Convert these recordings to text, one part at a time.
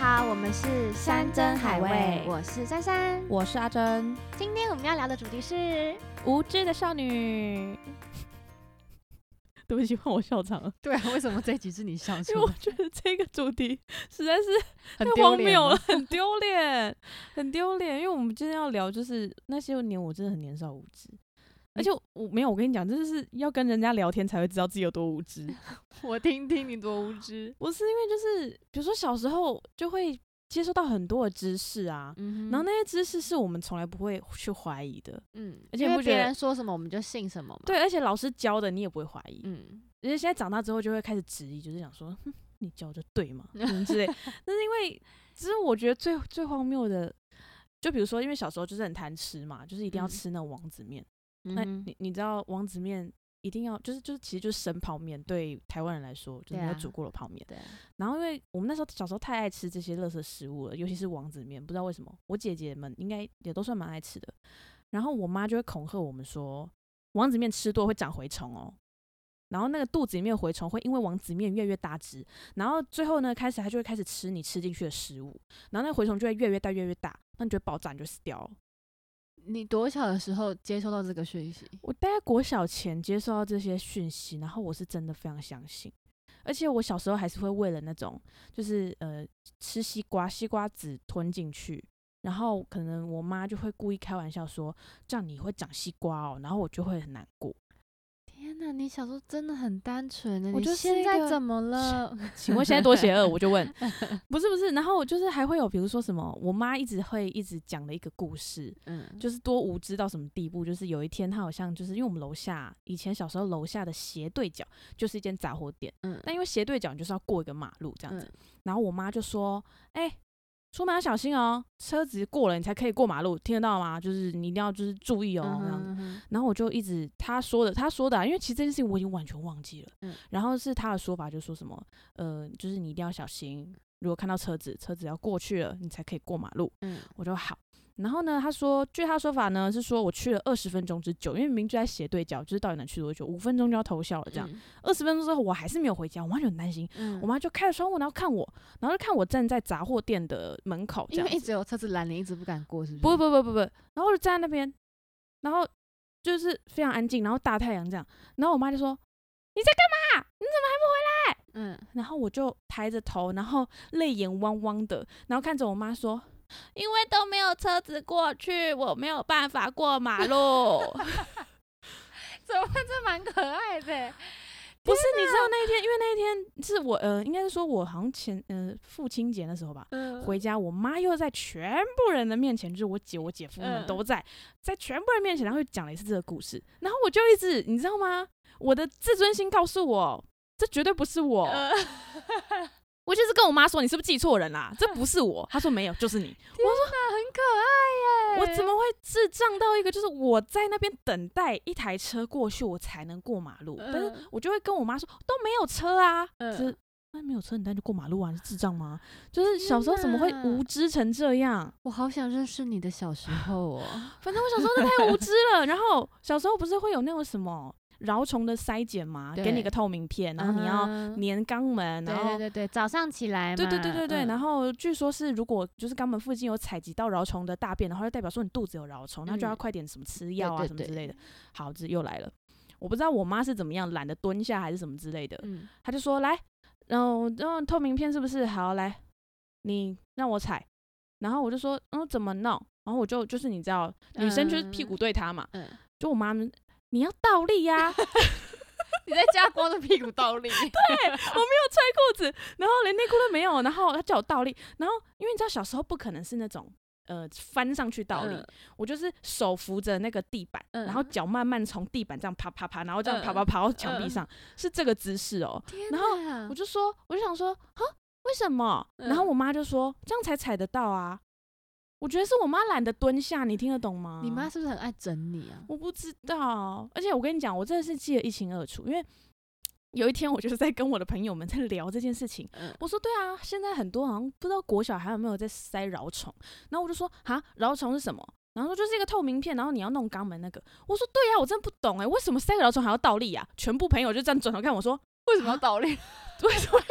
好，我们是山珍海味，我是珊珊， 我是阿珍。 今天我们要聊的主题是无知的少女。对不起，换我笑场了。 对啊，为什么这一集是你笑出来？ 因为我觉得这个主题实在是很太荒谬了，很丢脸，很丢脸。因为我们今天要聊就是那些年我真的很年少无知，而且我没有，我跟你讲，这是要跟人家聊天才会知道自己有多无知。 我听听你多无知。 我是因为就是比如说小时候就会接受到很多的知识啊，然后那些知识是我们从来不会去怀疑的，而且因为别人说什么我们就信什么嘛。 对，而且老师教的你也不会怀疑，而且现在长大之后就会开始质疑，就是想说，你教的对吗？之类。但是因为，其实我觉得最荒谬的，就比如说，因为小时候就是很贪吃嘛，就是一定要吃那种王子面。那你知道王子面一定要其实就是生泡面，对台湾人来说就是没有煮过的泡面。 对。 然后因为我们那时候小时候太爱吃这些垃圾食物了，尤其是王子面，不知道为什么，我姐姐们应该也都算蛮爱吃的。然后我妈就会恐吓我们说，王子面吃多会长蛔虫哦。然后那个肚子里面的蛔虫会因为王子面越来越大只，然后最后呢，它就会开始吃你吃进去的食物，然后那个蛔虫就会越来越大，越来越大，那你就会爆炸，你就死掉了。 你多小的时候接收到这个讯息？ 我大概国小前接受到这些讯息，然后我是真的非常相信，而且我小时候还是会为了那种就是吃西瓜籽吞进去，然后可能我妈就会故意开玩笑说这样你会长西瓜哦，然后我就会很难过。 天哪，你小时候真的很单纯的， 我就你现在怎么了？ 请问现在多邪恶？我就问，不是，然后就是还会有，比如说什么，我妈一直讲的一个故事，就是多无知到什么地步，就是有一天她好像就是因为我们楼下以前小时候楼下的斜对角就是一间杂货店，但因为斜对角你就是要过一个马路这样子，然后我妈就说，出门要小心哦，车子过了你才可以过马路，听得到吗？就是你一定要就是注意哦，这样子。然后我就一直他说的因为其实这件事情我已经完全忘记了。然后是他的说法，就说什么就是你一定要小心，如果看到车子要过去了，你才可以过马路。我就好。然后呢，他说，据他的说法呢，是说我去了20分钟之久，因为明明就在斜对角，就是到底能去多久？5分钟就要偷笑了，这样。20分钟之后，我还是没有回家，我妈就很担心。我妈就开了窗户，然后看我，然后就看我站在杂货店的门口，这样。 因为一直有车子拦你，一直不敢过，是不是？ 不，然后我就站在那边，然后就是非常安静，然后大太阳这样。然后我妈就说：“你在干嘛？你怎么还不回来？”然后我就抬着头，然后泪眼汪汪的，然后看着我妈说。因为都没有车子过去，我没有办法过马路。 怎么办？这蛮可爱的。 不是，你知道那一天，因为那一天是我应该是说我好像父亲节那时候吧，回家，我妈又在全部人的面前，就是我姐、我姐夫们都在全部人面前，然后又讲了一次这个故事，然后我就一直，你知道吗？我的自尊心告诉我，这绝对不是我。我就是跟我妈说，你是不是记错人啦？这不是我。她说没有，就是你。我说很可爱耶。 我怎么会智障到一个，就是我在那边等待一台车过去，我才能过马路。但是我就会跟我妈说，都没有车啊。就是那没有车，你当然就过马路啊？你是智障吗？就是小时候怎么会无知成这样？ 我好想认识你的小时候哦。 反正我小时候真的太无知了。然后小时候不是会有那种什么？蛲虫的筛检嘛，给你个透明片，然后你要粘肛门，然后对，早上起来嘛， 对，然后据说是如果就是肛门附近有采集到蛲虫的大便的话，就代表说你肚子有蛲虫，那就要快点什么吃药啊什么之类的。好，这又来了，我不知道我妈是怎么样懒得蹲下还是什么之类的，她就说来，然后透明片是不是？好，来，你让我踩，然后我就说怎么弄？然后我就是你知道，女生就是屁股对她嘛，就我妈们。你要倒立呀！ 你在家光着屁股倒立？对，我没有穿裤子，然后连内裤都没有，然后他叫我倒立，然后因为你知道小时候不可能是那种翻上去倒立，我就是手扶着那个地板，然后脚慢慢从地板这样啪啪啪，然后这样爬到墙壁上，是这个姿势哦。然后我就想说为什么？然后我妈就说这样才踩得到啊。我觉得是我妈懒得蹲下，你听得懂吗？ 你妈是不是很爱整你啊？ 我不知道，而且我跟你讲，我真的是记得一清二楚，因为有一天我就是在跟我的朋友们在聊这件事情，我说对啊，现在很多好像不知道国小还有没有在塞蛲虫，然后我就说蛲虫是什么？然后说就是一个透明片，然后你要弄肛门那个。我说对啊，我真的不懂为什么塞个蛲虫还要倒立啊？全部朋友就这样转头看我说， 为什么要倒立？ 为什么？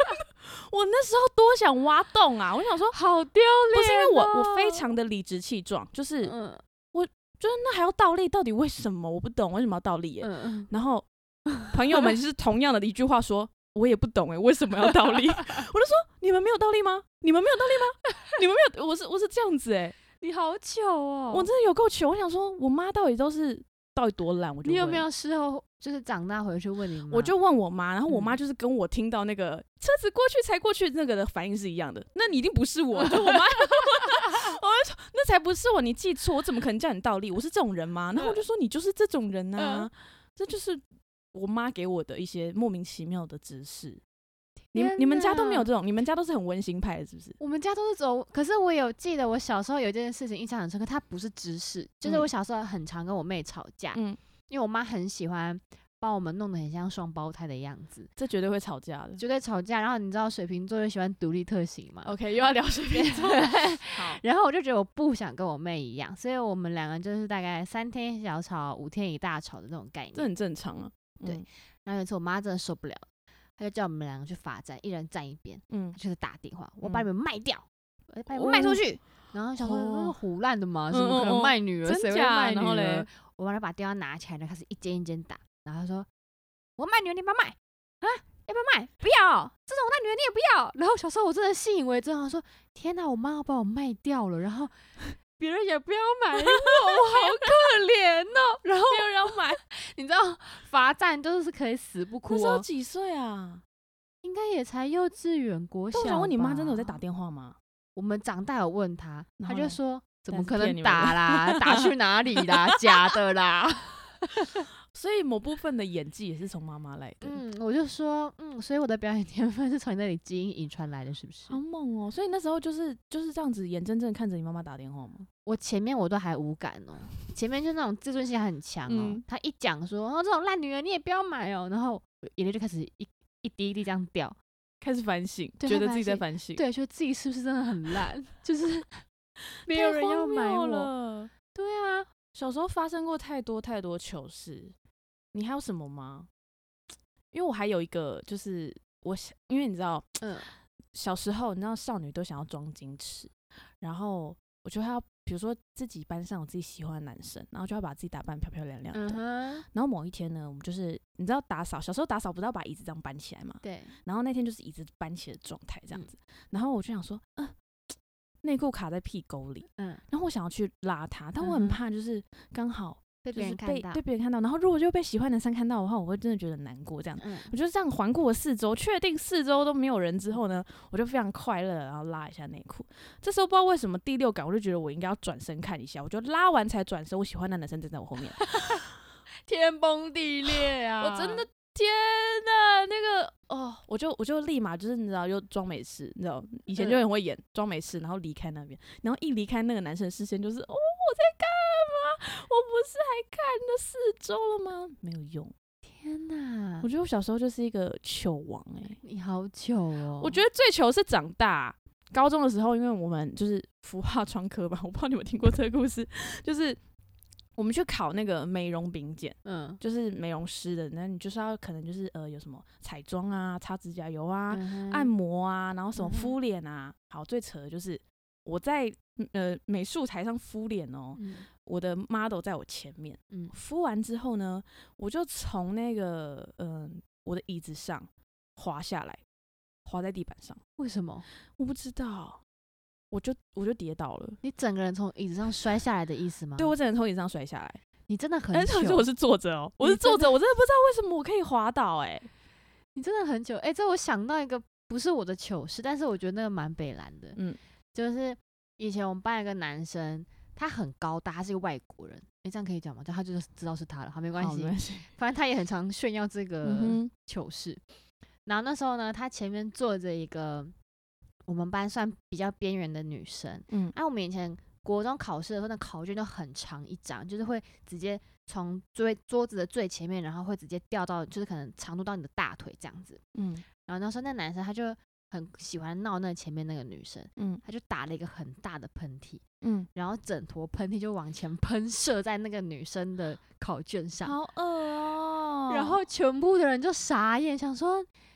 我那时候多想挖洞啊！我想说， 好丢脸、 不是因为我非常的理直气壮，就是我就是那还要倒立，到底为什么？我不懂为什么要倒立、然后朋友们是同样的一句话说，我也不懂为什么要倒立？我就说你们没有倒立吗？你们没有倒立吗？你们没有？我是这样子你好糗哦！ 我真的有够糗。我想说，我妈到底多懒？我就你有没有事后就是长大回去问你妈？ 我就问我妈，然后我妈就是跟我听到那个车子过去才过去那个的反应是一样的。那你一定不是我，就我妈，我就说那才不是我，你记错，我怎么可能叫你倒立？我是这种人吗？然后我就说你就是这种人啊，这就是我妈给我的一些莫名其妙的指示。你们家都没有这种，你们家都是很温馨派的，是不是？ 我们家都是走，可是我有记得我小时候有一件事情印象很深刻，它不是知识，就是我小时候很常跟我妹吵架，因为我妈很喜欢把我们弄得很像双胞胎的样子， 这绝对会吵架的， 绝对吵架。然后你知道水瓶座就喜欢独立特行嘛 ？OK， 又要聊水瓶座。 好，然后我就觉得我不想跟我妹一样，所以我们两个就是大概3天小吵5天一大吵的那种概念， 这很正常啊。 对。然后有一次我妈真的受不了，她就叫我们两个去罚站，一人站一边，她就是打电话，我把你们卖掉，我把你们卖出去。然后想说唬烂的嘛，怎么可能卖女儿？谁会卖女儿？我把他把电话拿起来，就开始一间一间打。然后他说：“我卖女儿，你要不要卖啊？要不要卖？不要，这种烂女儿你也不要。”然后小时候我真的信以为真，我说：“天哪，我妈要把我卖掉了。”然后别人也不要买我，我好可怜哦。然后没有人要买， 你知道罚站就是可以死不哭哦。 那时候几岁啊？ 应该也才幼稚园国小吧。 我想问你妈真的有在打电话吗？ 我们长大有问她，她就说怎么可能打啦？打去哪里啦？假的啦。 所以某部分的演技也是从妈妈来的。 我就说，所以我的表演天分是从你那里基因遗传来的，是不是？ 好猛哦！所以那时候就是这样子眼睁睁看着你妈妈打电话吗？ 我前面我都还无感哦，前面就那种自尊心很强哦。她一讲说这种烂女人你也不要买哦，然后眼泪就开始一滴一滴这样掉。 开始反省，觉得自己在反省， 对，觉得自己是不是真的很烂，就是没有人要买我了。对啊， 小时候发生过太多太多糗事，你还有什么吗？因为我还有一个，就是因为你知道，小时候你知道少女都想要装矜持，然后我就要比如说自己班上有自己喜欢的男生，然后就要把自己打扮漂漂亮亮的。然后某一天呢，我们就是你知道打扫，小时候打扫不是要把椅子这样搬起来嘛？ 对。 然后那天就是椅子搬起的状态这样子，然后我就想说，内裤卡在屁沟里，然后我想要去拉它，但我很怕就是刚好被别人看到， 被别人看到，然后如果就被喜欢的男生看到的话，我会真的觉得难过。这样，我就这样环顾了4周，确定4周都没有人之后呢，我就非常快乐，然后拉一下内裤。这时候不知道为什么第6感，我就觉得我应该要转身看一下，我就拉完才转身，我喜欢的男生站在我后面， 天崩地裂啊！ 我真的天哪，那个我就立马就是你知道，又装没事，你知道以前就很会演装没事，然后离开那边，然后一离开那个男生的视线，就是我在干嘛？我不是还看了4周了吗？没有用。 天哪！ 我觉得我小时候就是一个糗王你好糗哦！ 我觉得最糗是长大，高中的时候，因为我们就是服化专科吧，我不知道你们听过这个故事，就是我们去考那个美容丙检，就是美容师的，那你就是要可能就是有什么彩妆啊、擦指甲油啊、按摩啊，然后什么敷脸啊。好，最扯的就是我在美术台上敷脸哦，我的 model 在我前面，敷完之后呢，我就从那个我的椅子上滑下来，滑在地板上。 为什么？ 我不知道。我就跌倒了。 你整个人从椅子上摔下来的意思吗？ 对，我整个人从椅子上摔下来。 你真的很糗。而且我是坐着哦，我是坐着，我真的不知道为什么我可以滑倒你真的很糗。这我想到一个不是我的糗事，但是我觉得那个蛮北蓝的。就是以前我们班有个男生，他很高大，他是一个外国人。这样可以讲吗？他就是知道是他了，好，没关系。反正他也很常炫耀这个糗事。然后那时候呢，他前面坐着一个我们班算比较边缘的女生，我们以前国中考试的时候，那考卷都很长一张，就是会直接从桌子的最前面，然后会直接掉到，就是可能长度到你的大腿这样子。然后那时候那男生他就很喜欢闹那前面那个女生，他就打了一个很大的喷嚏，然后整坨喷嚏就往前喷射在那个女生的考卷上， 好恶哦。 然后全部的人就傻眼，想说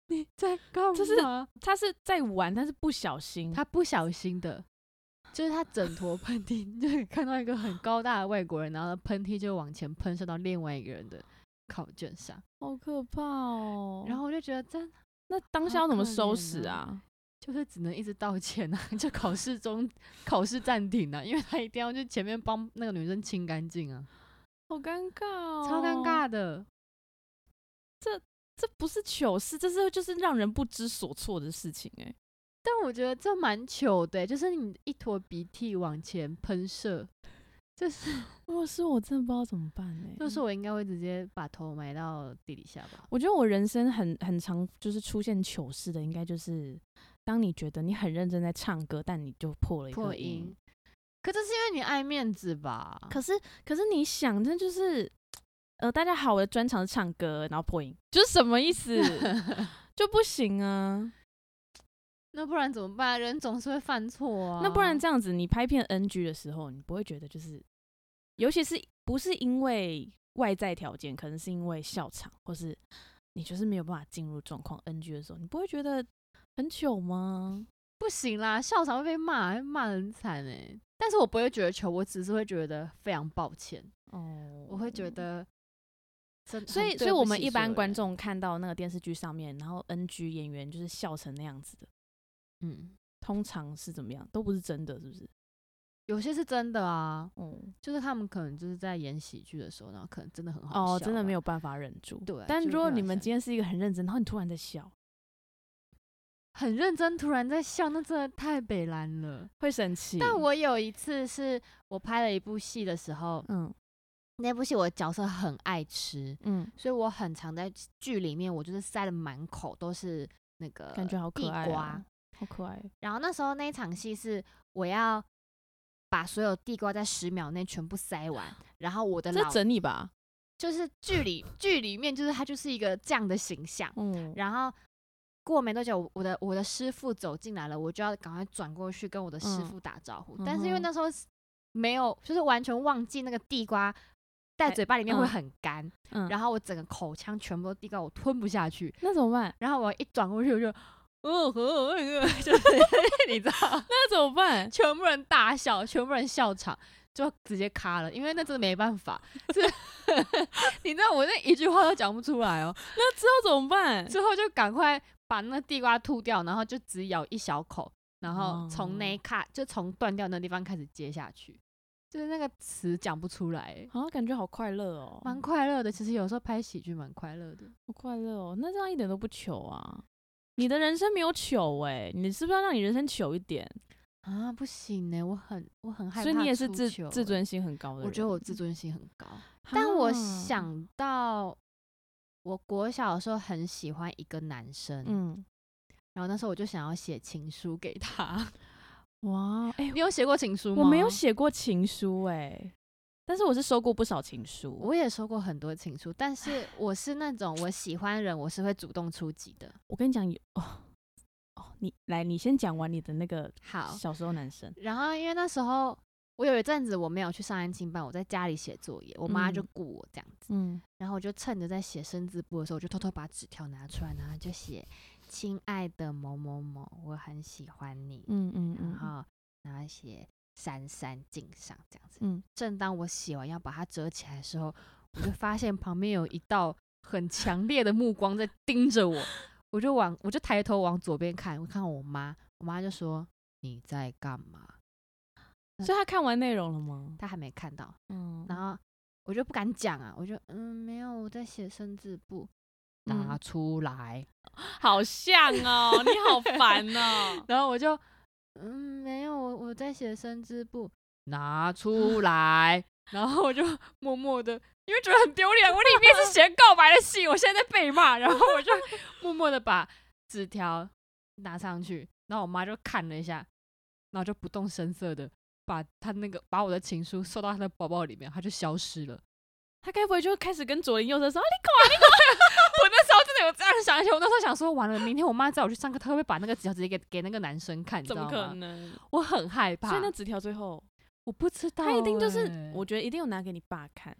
你在干嘛？ 就是他是在玩，但是不小心， 他不小心的，就是他整坨喷嚏，就可以看到一个很高大的外国人，然后喷嚏就往前喷射到另外一个人的考卷上， 好可怕哦。 然后我就觉得真的， 那当下要怎么收拾啊？ 就是只能一直道歉啊，就考试暂停啊，因为他一定要去前面帮那个女生清干净啊， 好尴尬哦， 超尴尬的。 这不是糗事，这是就是让人不知所措的事情哎。 但我觉得这蛮糗的，就是你一坨鼻涕往前喷射，就是如果是我真的不知道怎么办哎。 就是我应该会直接把头埋到地底下吧。 我觉得我人生很常就是出现糗事的，应该就是当你觉得你很认真在唱歌，但你就破了一个音。 可这是因为你爱面子吧？ 可是你想，这就是大家好，我的专长是唱歌，然后破音，就是什么意思？就不行啊。 那不然怎么办？人总是会犯错啊。 那不然这样子，你拍片 NG 的时候，你不会觉得就是，尤其是不是因为外在条件，可能是因为笑场，或是你就是没有办法进入状况 NG 的时候，你不会觉得很糗吗？ 不行啦，笑场会被骂，骂得很惨哎。但是我不会觉得糗，我只是会觉得非常抱歉。哦，我会觉得。 所以我们一般观众看到那个电视剧上面，然后 NG 演员就是笑成那样子的，通常是怎么样？都不是真的，是不是？ 有些是真的啊，就是他们可能就是在演喜剧的时候，然后可能真的很好笑， 真的没有办法忍住。 对， 但如果你们今天是一个很认真，然后你突然在笑， 很认真突然在笑，那真的太北蓝了， 会生气。 但我有一次是我拍了一部戏的时候，那部戏我的角色很爱吃，所以我很常在剧里面，我就是塞了满口都是那个感觉好可爱地瓜， 好可爱。 然后那时候那一场戏是我要把所有地瓜在10秒内全部塞完，然后我的这整你吧， 就是剧里面就是他就是一个这样的形象，然后过没多久，我的师傅走进来了，我就要赶快转过去跟我的师傅打招呼，但是因为那时候没有，就是完全忘记那个地瓜在嘴巴里面会很干，然后我整个口腔全部都地瓜，我吞不下去， 那怎么办？ 然后我一转过去，我就就是你知道那怎么办？ 全部人大笑，全部人笑场，就直接卡了，因为那真的没办法，你知道我那一句话都讲不出来哦。 那之后怎么办？ 之后就赶快把那地瓜吐掉，然后就只咬一小口，然后从那一卡就从断掉那地方开始接下去。就是那个词讲不出来， 感觉好快乐哦， 蛮快乐的。其实有时候拍喜剧蛮快乐的， 好快乐哦。那这样一点都不糗啊？你的人生没有糗哎，你是不是要让你人生糗一点啊？不行哎，我很害怕。 所以你也是自尊心很高的人。 我觉得我自尊心很高，但我想到我国小的时候很喜欢一个男生，然后那时候我就想要写情书给他。哇，你有写过情书吗？ 我没有写过情书但是我是收过不少情书。 我也收过很多情书，但是我是那种我喜欢人，我是会主动出击的。 我跟你讲，你先讲完你的那个小时候男生。 然后因为那时候我有一阵子我没有去上安亲班，我在家里写作业，我妈就顾我这样子。然后我就趁着在写生字簿的时候，我就偷偷把纸条拿出来，然后就写。亲爱的某某某，我很喜欢你。然后写珊珊敬上这样子。正当我写完要把它折起来的时候，我就发现旁边有一道很强烈的目光在盯着我，我就抬头往左边看，我看到我妈就说你在干嘛？ 所以他看完内容了吗？ 他还没看到。然后我就不敢讲啊，我就没有，我在写生字簿。拿出来， 好像哦，你好烦哦。 然后我就没有，我在写生字簿，拿出来。然后我就默默的，因为觉得很丢脸，我里面是写告白的信，我现在在被骂，然后我就默默的把纸条拿上去，然后我妈就看了一下，然后就不动声色的把我的情书收到她的包包里面，她就消失了。 他该不会就开始跟左邻右舍说你搞我那时候真的有这样想起，我那时候想说完了，明天我妈载我去上课，她会不会把那个纸条直接给那个男生看？ 怎么可能？ 我很害怕。 所以那纸条最后我不知道， 他一定就是，我觉得一定有拿给你爸看，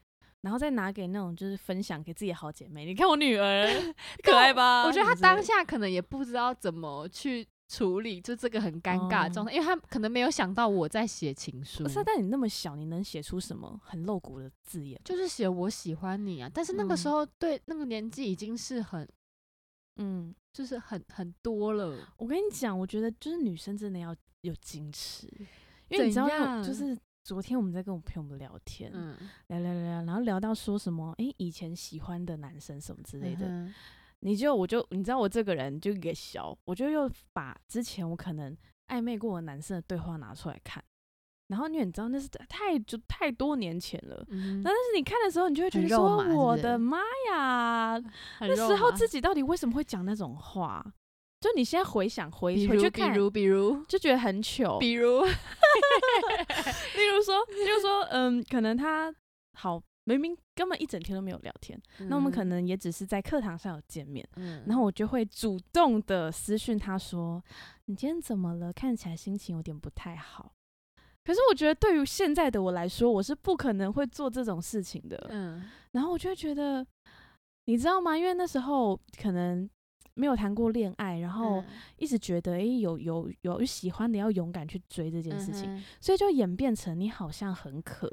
然后再拿给那种就是分享给自己的好姐妹，你看我女儿可爱吧？ 我觉得她当下可能也不知道怎么去处理，就这个很尴尬的状态，因为她可能没有想到我在写情书。 不是，但你那么小，你能写出什么很露骨的字眼？ 就是写我喜欢你啊，但是那个时候对那个年纪已经是很，就是很多了。 我跟你讲，我觉得就是女生真的要有矜持，因为你知道，就是昨天我们在跟我朋友们聊天，聊，然后聊到说什么，以前喜欢的男生什么之类的，你知道我这个人就一个小，我就又把之前我可能暧昧过的男生的对话拿出来看，然后因为你知道那是太多年前了，但是你看的时候，你就会觉得说，我的妈呀，那时候自己到底为什么会讲那种话？就你现在回想回去看， 比如就觉得很糗。 比如， 例如说，可能他好明明根本一整天都没有聊天，那我们可能也只是在课堂上有见面，然后我就会主动的私讯他说：“你今天怎么了？看起来心情有点不太好。”可是我觉得对于现在的我来说，我是不可能会做这种事情的。然后我就会觉得，你知道吗？因为那时候可能没有谈过恋爱，然后一直觉得有喜欢的要勇敢去追这件事情，所以就演变成你好像很渴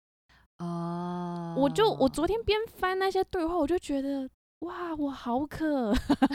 我昨天边翻那些对话，我就觉得哇，我好渴，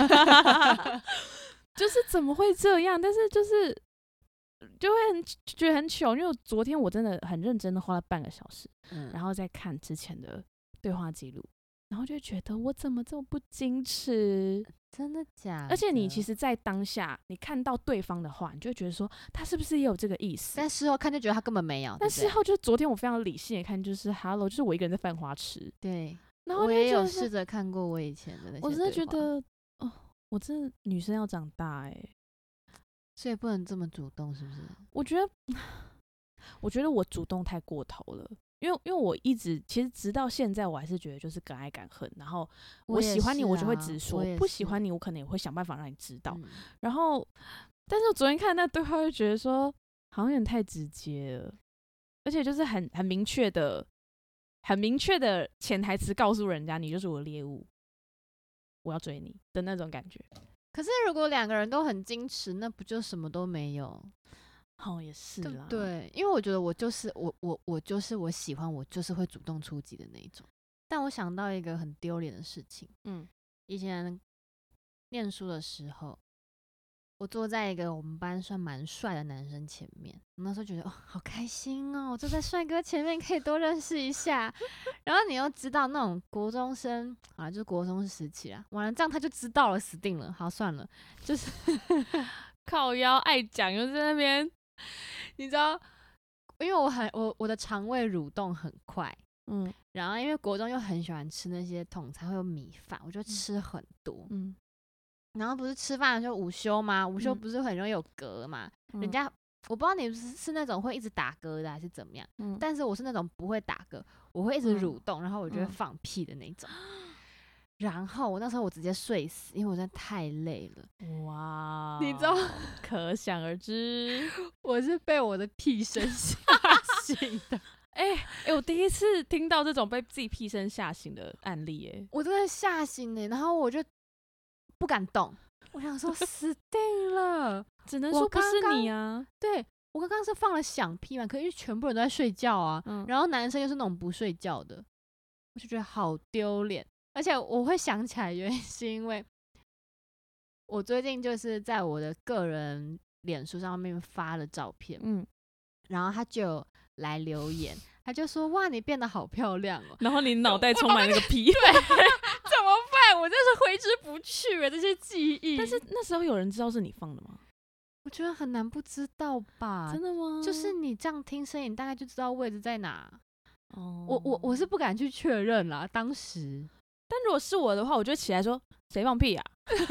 就是怎么会这样？但是就会觉得很糗，因为昨天我真的很认真的花了半个小时，然后再看之前的对话记录，然后就觉得我怎么这么不矜持？ 真的假的？ 而且你其实，在当下你看到对方的话，你就会觉得说他是不是也有这个意思？ 但事后看就觉得他根本没有。 但事后就是昨天我非常理性的看，就是 Hello， 就是我一个人在犯花痴。 对， 然后我也有试着看过我以前的那些对话。 我真的觉得，我真的女生要长大所以不能这么主动，是不是？ 我觉得我主动太过头了。因为我一直其实直到现在我还是觉得就是敢爱敢恨，然后我喜欢你我就会直说，不喜欢你我可能也会想办法让你知道。然后，但是我昨天看那对话就觉得说好像有点太直接了，而且就是很明确的潜台词告诉人家你就是我的猎物，我要追你的那种感觉。 可是如果两个人都很矜持，那不就什么都没有？ 也是啦， 对，因为我觉得我就是我喜欢我就是会主动出击的那一种。但我想到一个很丢脸的事情，以前念书的时候，我坐在一个我们班算蛮帅的男生前面，我那时候觉得好开心哦，我坐在帅哥前面可以多认识一下。然后你又知道那种国中生啊，就是国中时期啦，完了这样他就知道了，死定了。好，算了，就是靠腰爱讲又在那边。你知道，因为我的肠胃蠕动很快，然后因为国中又很喜欢吃那些统餐会有米饭，我就吃很多，然后不是吃饭的时候午休吗？午休不是很容易有嗝吗？人家我不知道你是那种会一直打嗝的还是怎么样，但是我是那种不会打嗝，我会一直蠕动，然后我就会放屁的那种。然后我那时候我直接睡死，因为我真的太累了。 哇， 你知道， 可想而知， 我是被我的屁声吓醒的。 我第一次听到这种被自己屁声吓醒的案例， 我真的吓醒然后我就不敢动，我想说死定了， 只能说不是你啊。 对，我刚刚是放了响屁嘛，可是因为全部人都在睡觉啊，然后男生又是那种不睡觉的，我就觉得好丢脸。而且我会想起来，原因是因为我最近就是在我的个人脸书上面发了照片，然后他就来留言，他就说哇你变得好漂亮哦， 然后你脑袋充满那个屁， 对，怎么办？我真是挥之不去这些记忆。 但是那时候有人知道是你放的吗？ 我觉得很难不知道吧。 真的吗？ 就是你这样听声音，大概就知道位置在哪。我是不敢去确认啦，当时。 但如果是我的话，我就起来说谁放屁啊？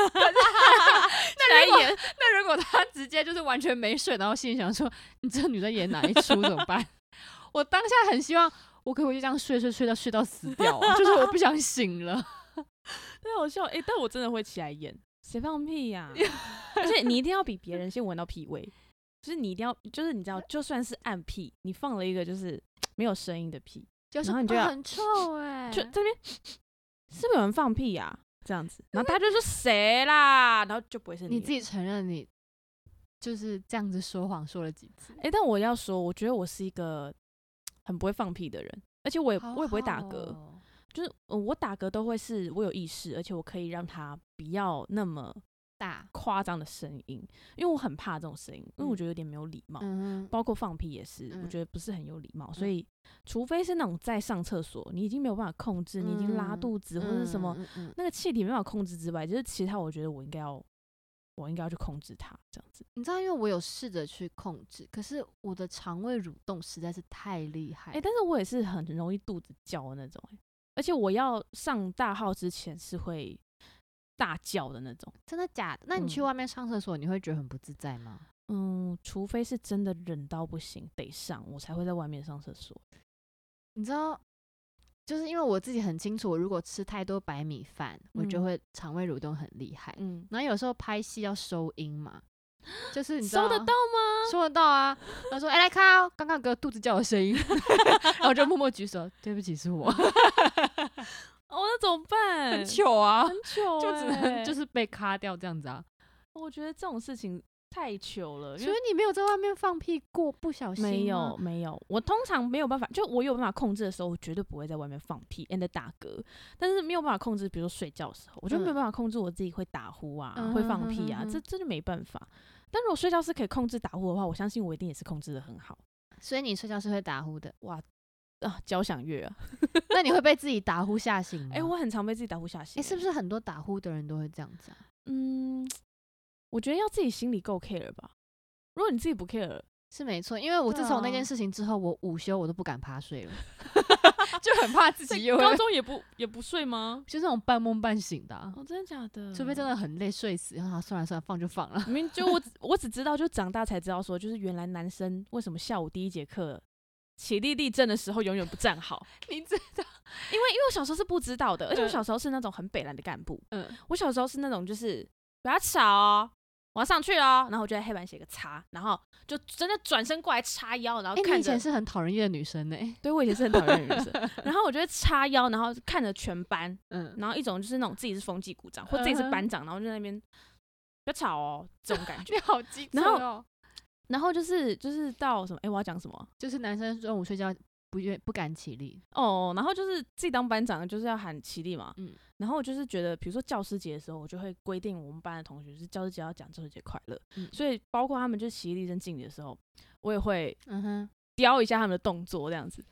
那如果他直接就是完全没睡，然后心里想说你这个女的演哪一出怎么办？我当下很希望我可以回去这样睡到死掉就是我不想醒了。 太好笑但我真的会起来演谁放屁呀而且你一定要比别人先闻到屁味，就是你一定要，就是你知道，就算是暗屁，你放了一个就是没有声音的屁， 然后你就要很臭就这边是不是有人放屁啊？这样子，然后他就说谁啦，然后就不会是你自己承认你就是这样子说谎说了几次？ 但我要说，我觉得我是一个很不会放屁的人，而且我也不会打嗝，就是我打嗝都会是我有意识，而且我可以让它不要那么大夸张的声音，因为我很怕这种声音，因为我觉得有点没有礼貌，包括放屁也是，我觉得不是很有礼貌，所以除非是那种在上厕所你已经没有办法控制，你已经拉肚子或者什么，那个气体没办法控制之外，就是其他我觉得我应该要去控制它，这样子。 你知道，因为我有试着去控制，可是我的肠胃蠕动实在是太厉害。 但是我也是很容易肚子叫的那种，而且我要上大号之前是会大叫的那种。 真的假的？那你去外面上厕所，你会觉得很不自在吗？ 除非是真的忍到不行得上，我才会在外面上厕所。 你知道，就是因为我自己很清楚，我如果吃太多白米饭，我就会肠胃蠕动很厉害。然后有时候拍戏要收音嘛，就是你知道收得到吗？ 收得到啊。他说：“来看哦，刚刚哥肚子叫的声音。”然后我就默默举手，对不起，是我。 那怎么办？ 很糗啊， 很糗， 就只能就是被卡掉这样子啊。 我觉得这种事情太糗了。 所以你没有在外面放屁过，不小心吗？ 没有。我通常没有办法，就我有办法控制的时候，我绝对不会在外面放屁 and 打嗝。但是没有办法控制，比如说睡觉的时候，我就没有办法控制我自己会打呼啊，会放屁啊，这就没办法。但如果睡觉是可以控制打呼的话，我相信我一定也是控制的很好。 所以你睡觉是会打呼的？ 哇！交响乐啊。 那你会被自己打呼吓醒吗？ 我很常被自己打呼吓醒。 是不是很多打呼的人都会这样子啊？ 我觉得要自己心里够 care 吧。如果你自己不 care， 是没错。因为我自从那件事情之后，我午休我都不敢趴睡了，就很怕自己又高中也不睡吗？ 就那种半梦半醒的啊。 真的假的？ 除非真的很累睡死，然后算了放就放了。 明明就我只知道，就长大才知道说，就是原来男生为什么下午第一节课起立立正的时候永远不站好。 你知道？ 因为我小时候是不知道的，而且我小时候是那种很北蓝的干部。我小时候是那种就是不要吵哦，我要上去咯，然后我就在黑板写个叉，然后就真的转身过来叉腰，然后看着。 你以前是很讨人厌的女生呢。 对，我以前是很讨厌的女生。然后我就会叉腰，然后看着全班，然后一种就是那种自己是风纪股长或自己是班长，然后就在那边不要吵哦，这种感觉。 你好机车哦。 然后就是到什么？我要讲什么？ 就是男生中午睡觉不敢起立然后就是自己当班长就是要喊起立嘛。然后我就是觉得，比如说教师节的时候，我就会规定我们班的同学是教师节要讲教师节快乐。所以包括他们就是起立正敬礼的时候，我也会雕一下他们的动作这样子。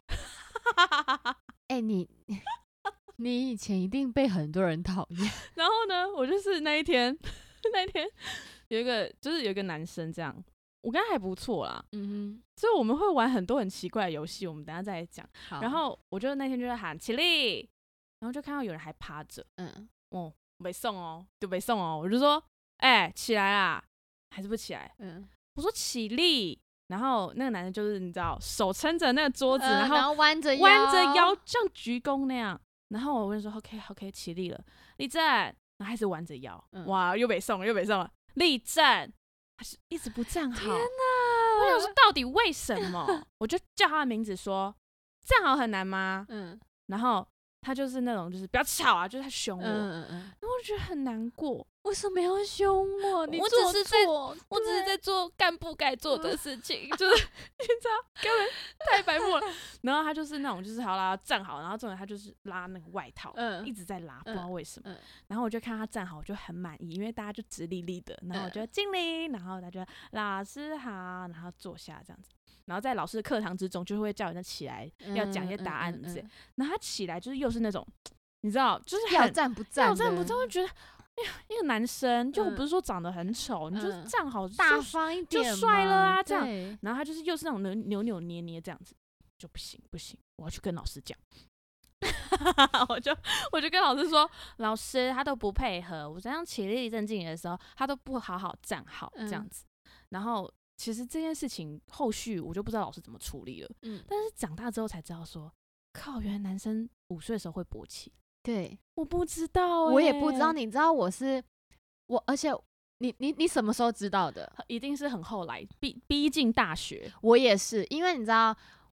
你以前一定被很多人讨厌。 然后呢，我就是那一天有一个男生这样。我跟他还不错啦，所以我们会玩很多很奇怪的游戏，我们等一下再来讲。然后我就那天就在喊起立，然后就看到有人还趴着，没送哦，就没送哦，我就说，起来啦，还是不起来，我说起立，然后那个男生就是你知道，手撑着那个桌子，然后弯着腰，像鞠躬那样，然后我就说 OK 起立了，立正，然后还是弯着腰，哇，又没送了，立正。还是一直不站好。天哪！我想说到底为什么？我就叫他的名字说站好很难吗？然后他就是那种就是不要吵啊，就是他凶我，然后我就觉得很难过。 为什么要凶我？ 我只是在做干部该做的事情，就是你知道根本太白目了。然后他就是那种就是好啦站好，然后重点他就是拉那个外套，一直在拉，不知道为什么。然后我就看他站好，我就很满意，因为大家就直立立的，然后我就敬礼，然后他就老师好，然后坐下这样子。然后在老师的课堂之中，就会叫人家起来要讲一些答案之类。然后他起来就是又是那种你知道，就是要站不站， 会觉得。一个男生就不是说长得很丑，你就是站好大方一点就帅了啊，这样。然后他就是又是那种扭扭捏捏这样子，就不行，我要去跟老师讲。我就跟老师说，老师他都不配合，我这样起立正敬的时候，他都不好好站好这样子。然后其实这件事情后续我就不知道老师怎么处理了。但是长大之后才知道说，靠，原来男生5岁的时候会勃起。 对， 我不知道我也不知道。你知道而且你什么时候知道的？ 一定是很后来，逼近大学。 我也是，因为你知道，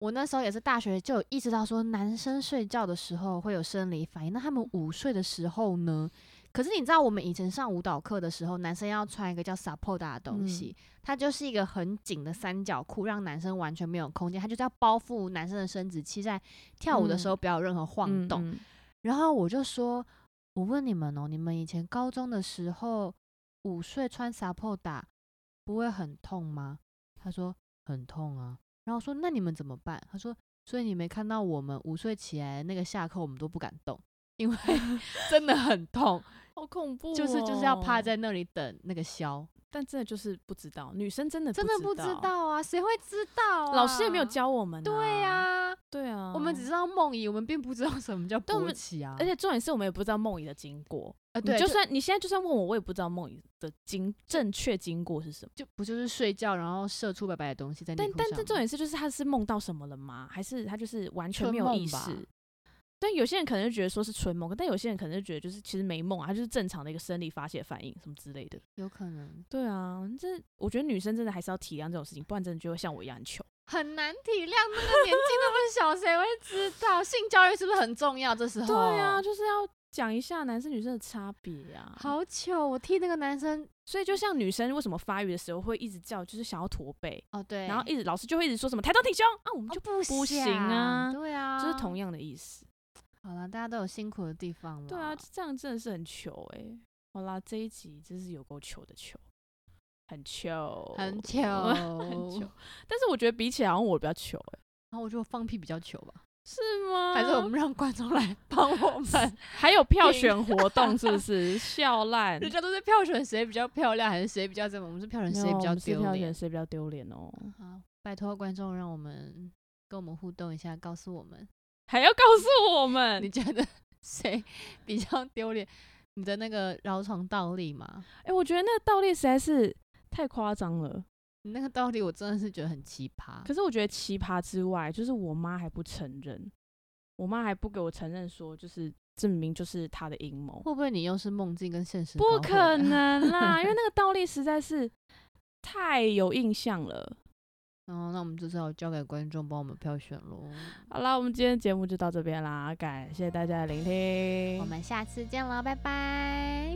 我那时候也是大学就有意识到说，男生睡觉的时候会有生理反应，那他们午睡的时候呢？可是你知道我们以前上舞蹈课的时候，男生要穿一个叫 Sapoda 的东西，它就是一个很紧的三角裤，让男生完全没有空间，它就是要包覆男生的生殖器，在跳舞的时候不要有任何晃动。然后我就说，我问你们哦，你们以前高中的时候午睡穿 Sapoda 不会很痛吗？他说很痛啊。然后我说那你们怎么办？他说所以你没看到我们午睡起来那个下课我们都不敢动，因为真的很痛。 好恐怖哦， 就是要趴在那里等那个消， 但真的就是不知道，女生真的不知道啊，谁会知道啊？ 老师也没有教我们啊。 对啊， 对啊， 我们只知道梦遗，我们并不知道什么叫勃起啊。 而且重点是我们也不知道梦遗的经过。 对， 就算你现在就算问我，我也不知道梦遗的正确经过是什么。 就不就是睡觉然后射出白白的东西在内裤上？ 但重点是就是他是梦到什么了吗？还是他就是完全没有意识？但有些人可能就觉得说是春梦，但有些人可能就觉得就是其实没梦啊，它就是正常的一个生理发泄反应什么之类的。 有可能。 对啊，我觉得女生真的还是要体谅这种事情，不然真的就会像我一样很糗。 很难体谅，那个年纪那么小，谁会知道？性教育是不是很重要？这时候。 对啊，就是要讲一下男生女生的差别啊。 好糗，我替那个男生。 所以就像女生为什么发育的时候会一直叫，就是想要驼背哦，对， 然后老师就会一直说什么抬头挺胸啊，我们就不行啊。 对啊， 就是同样的意思。 好啦，大家都有辛苦的地方了。 对啊，这样真的是很糗好啦，这一集真是有够糗的糗，很糗。 很糗。 但是我觉得比起来，好像我比较糗然后我觉得放屁比较糗吧？ 是吗？ 还是我们让观众来帮我们？ 还有票选活动是不是？笑烂！ 人家都是票选谁比较漂亮，还是谁比较怎么？我们是票选谁比较丢脸？ 票选谁比较丢脸哦？ 好，拜托观众让我们跟我们互动一下，告诉我们。 还要告诉我们， 你觉得谁比较丢脸？你的那个绕床倒立吗？ 我觉得那个倒立实在是太夸张了。 你那个倒立我真的是觉得很奇葩。 可是我觉得奇葩之外，就是我妈还不承认，我妈还不给我承认说，就是这明明就是她的阴谋。 会不会你又是梦境跟现实？ 不可能啦，因为那个倒立实在是太有印象了。 那我们就是要交给观众帮我们票选咯。 好啦，我们今天节目就到这边啦，感谢大家的聆听， 我们下次见了，拜拜。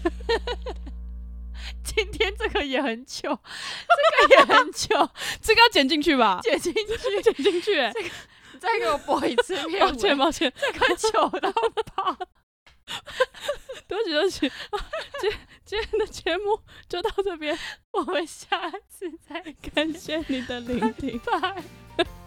今天这个也很糗，这个也很糗， 这个要剪进去吧？ 剪进去， 剪进去。 这个你再给我播一次片尾。 抱歉， 这个糗到爆。 对不起，今天的节目就到这边， 我们下次再感谢你的聆听， 拜拜。